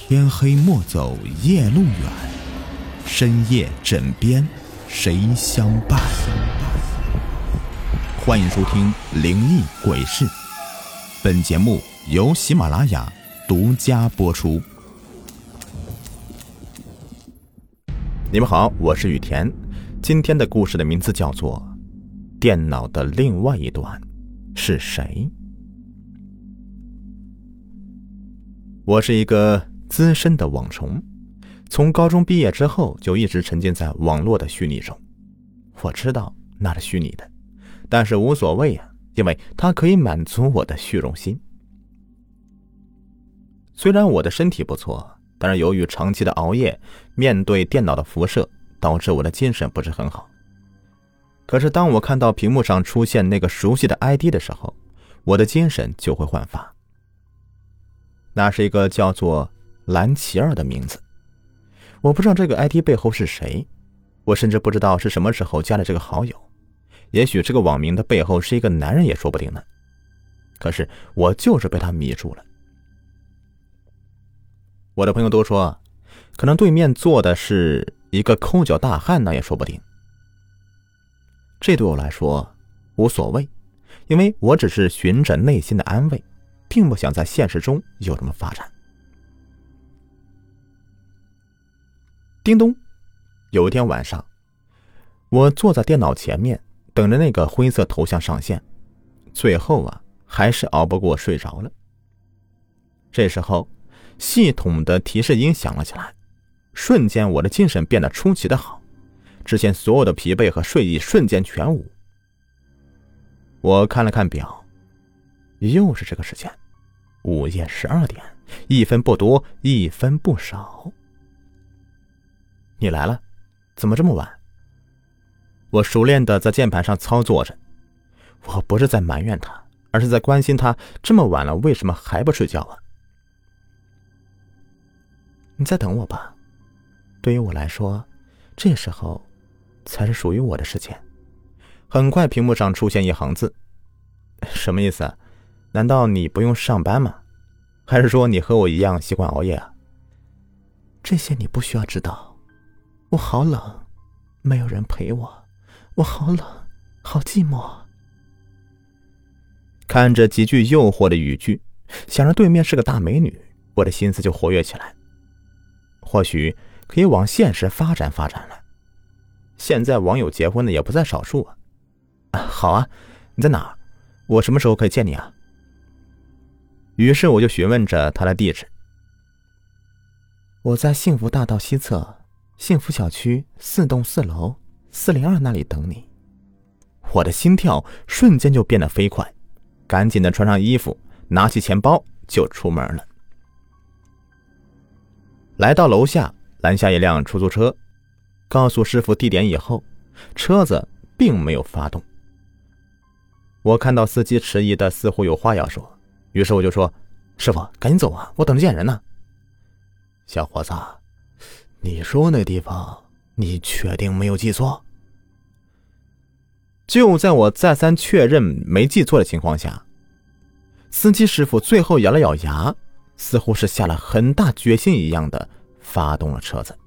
天黑莫走夜路远，深夜枕边谁相伴？欢迎收听灵异鬼事，本节目由喜马拉雅独家播出。你们好，我是雨田。今天的故事的名字叫做电脑的另外一端是谁？我是一个资深的网虫，从高中毕业之后就一直沉浸在网络的虚拟中。我知道那是虚拟的，但是无所谓啊，因为它可以满足我的虚荣心。虽然我的身体不错，但是由于长期的熬夜，面对电脑的辐射，导致我的精神不是很好。可是当我看到屏幕上出现那个熟悉的 ID 的时候，我的精神就会焕发。那是一个叫做蓝奇儿的名字，我不知道这个 ID 背后是谁，我甚至不知道是什么时候加了这个好友，也许这个网名的背后是一个男人也说不定呢。可是我就是被他迷住了。我的朋友都说，可能对面坐的是一个抠脚大汉呢，也说不定。这对我来说无所谓，因为我只是寻着内心的安慰，并不想在现实中有什么发展。叮咚，有一天晚上，我坐在电脑前面等着那个灰色头像上线，最后还是熬不过睡着了。这时候系统的提示音响了起来，瞬间我的精神变得出奇的好，之前所有的疲惫和睡意瞬间全无。我看了看表，又是这个时间，午夜12点，1分不多1分不少。你来了，怎么这么晚？我熟练的在键盘上操作着，我不是在埋怨他，而是在关心他这么晚了为什么还不睡觉啊？你再等我吧，对于我来说，这时候才是属于我的时间。很快屏幕上出现一行字，什么意思啊？难道你不用上班吗？还是说你和我一样习惯熬夜啊？这些你不需要知道。我好冷，没有人陪我，我好冷，好寂寞。看着极具诱惑的语句，想着对面是个大美女，我的心思就活跃起来。或许可以往现实发展发展了。现在网友结婚的也不在少数啊。好啊，你在哪儿？我什么时候可以见你啊？于是我就询问着他的地址。我在幸福大道西侧幸福小区4栋4楼402那里等你。我的心跳瞬间就变得飞快，赶紧的穿上衣服，拿起钱包就出门了。来到楼下，拦下一辆出租车，告诉师傅地点以后，车子并没有发动。我看到司机迟疑的似乎有话要说，于是我就说，师傅赶紧走啊，我等着见人呢。小伙子，你说那地方你确定没有记错？就在我再三确认没记错的情况下，司机师傅最后咬了咬牙，似乎是下了很大决心一样的发动了车子。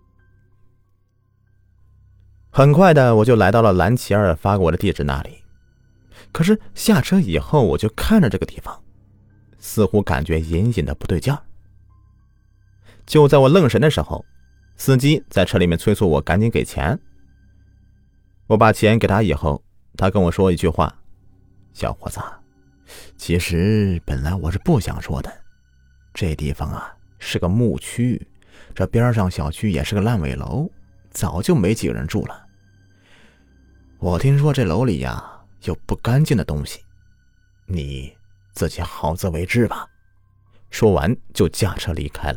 很快的我就来到了蓝奇儿发给我的地址那里。可是下车以后，我就看着这个地方，似乎感觉隐隐的不对劲儿。就在我愣神的时候，司机在车里面催促我赶紧给钱。我把钱给他以后，他跟我说一句话，小伙子，其实本来我是不想说的，这地方是个牧区，这边上小区也是个烂尾楼，早就没几个人住了。我听说这楼里有不干净的东西，你自己好自为之吧。说完就驾车离开了。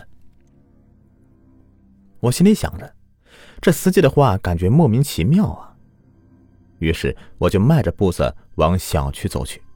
我心里想着，这司机的话感觉莫名其妙啊，于是我就迈着步子往小区走去。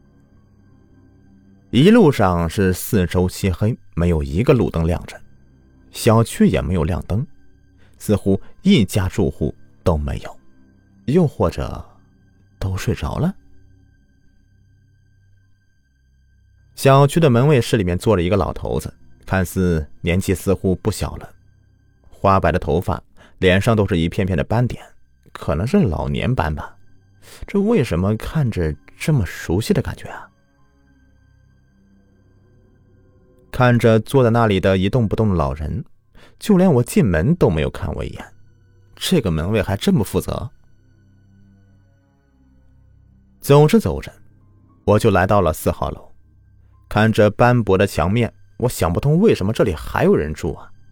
一路上是四周漆黑，没有一个路灯亮着，小区也没有亮灯，似乎一家住户都没有，又或者都睡着了。小区的门卫室里面坐着一个老头子， 看似年纪似乎不小了，花白的头发，脸上都是一片片的斑点，可能是老年斑吧。这为什么看着这么熟悉的感觉啊？看着坐在那里的一动不动的老人，就连我进门都没有看我一眼，这个门卫还这么负责。走着走着，我就来到了4号楼，看着斑驳的墙面，我想不通为什么这里还有人住啊。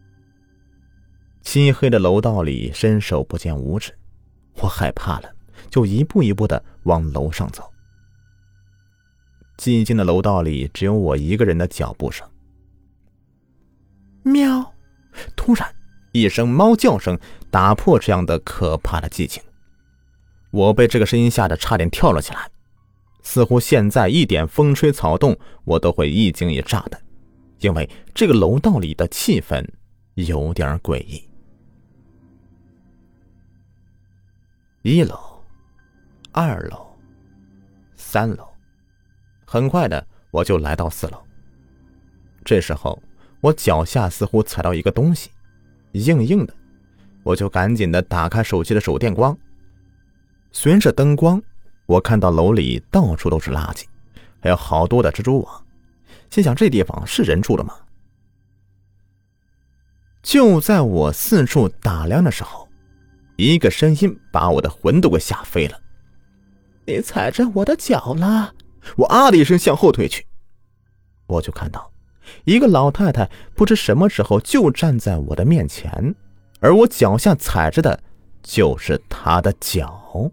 漆黑的楼道里伸手不见五指，我害怕了，就一步一步的往楼上走。寂静的楼道里只有我一个人的脚步声。喵！突然一声猫叫声打破这样的可怕的寂静，我被这个声音吓得差点跳了起来，似乎现在一点风吹草动我都会一惊一乍的，因为这个楼道里的气氛有点诡异。1楼、2楼、3楼，很快的我就来到4楼。这时候我脚下似乎踩到一个东西，硬硬的，我就赶紧的打开手机的手电光。随着灯光，我看到楼里到处都是垃圾，还有好多的蜘蛛网，心想这地方是人住的吗？就在我四处打量的时候，一个声音把我的魂都给吓飞了。你踩着我的脚了！我啊的一声向后退去，我就看到一个老太太不知什么时候就站在我的面前，而我脚下踩着的就是她的脚。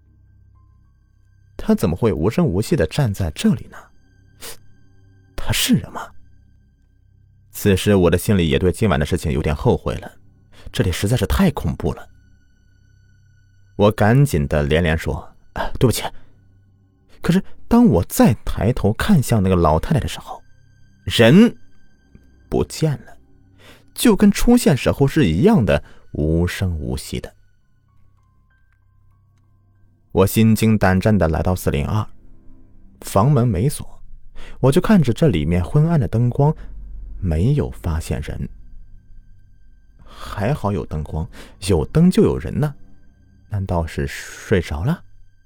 她怎么会无声无息地站在这里呢？她是人吗？此时我的心里也对今晚的事情有点后悔了，这里实在是太恐怖了。我赶紧的连连说对不起。可是当我再抬头看向那个老太太的时候，人不见了，就跟出现时候是一样的无声无息的。我心惊胆战的来到402，房门没锁，我就看着这里面昏暗的灯光，没有发现人。还好有灯光，有灯就有人呢，难道是睡着了？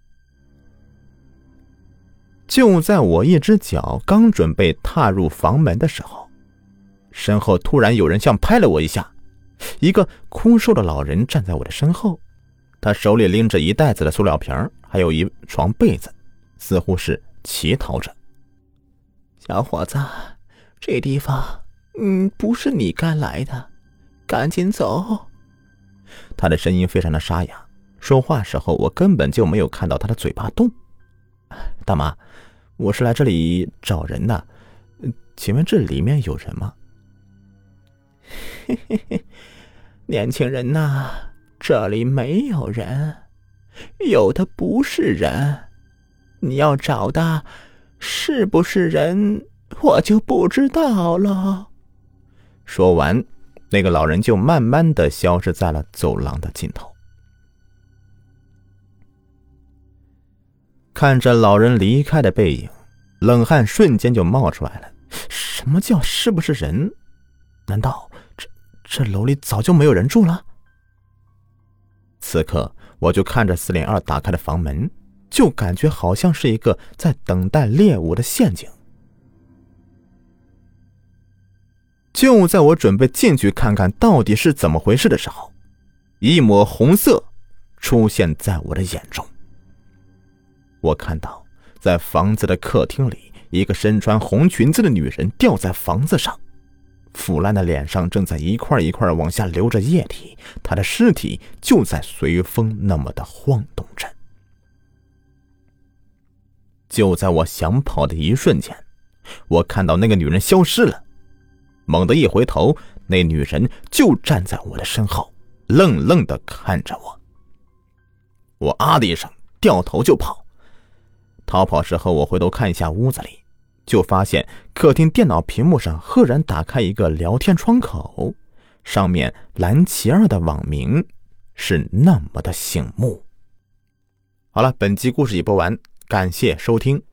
就在我一只脚刚准备踏入房门的时候，身后突然有人像拍了我一下，一个枯瘦的老人站在我的身后，他手里拎着一袋子的塑料瓶，还有一床被子，似乎是乞讨着。小伙子，这地方不是你该来的，赶紧走。他的声音非常的沙哑，说话时候我根本就没有看到他的嘴巴动。大妈，我是来这里找人的，请问这里面有人吗？嘿嘿嘿，年轻人呐，这里没有人，有的不是人，你要找的是不是人，我就不知道了。说完，那个老人就慢慢的消失在了走廊的尽头。看着老人离开的背影，冷汗瞬间就冒出来了。什么叫是不是人？难道这楼里早就没有人住了？此刻我就看着402打开的房门，就感觉好像是一个在等待猎物的陷阱。就在我准备进去看看到底是怎么回事的时候，一抹红色出现在我的眼中。我看到在房子的客厅里，一个身穿红裙子的女人吊在房子上，腐烂的脸上正在一块一块往下流着液体，她的尸体就在随风那么的晃动着。就在我想跑的一瞬间，我看到那个女人消失了，猛地一回头，那女人就站在我的身后，愣愣地看着我。我啊的一声掉头就跑。逃跑时候我回头看一下屋子里，就发现客厅电脑屏幕上赫然打开一个聊天窗口，上面蓝旗儿的网名是那么的醒目。好了，本集故事已播完，感谢收听。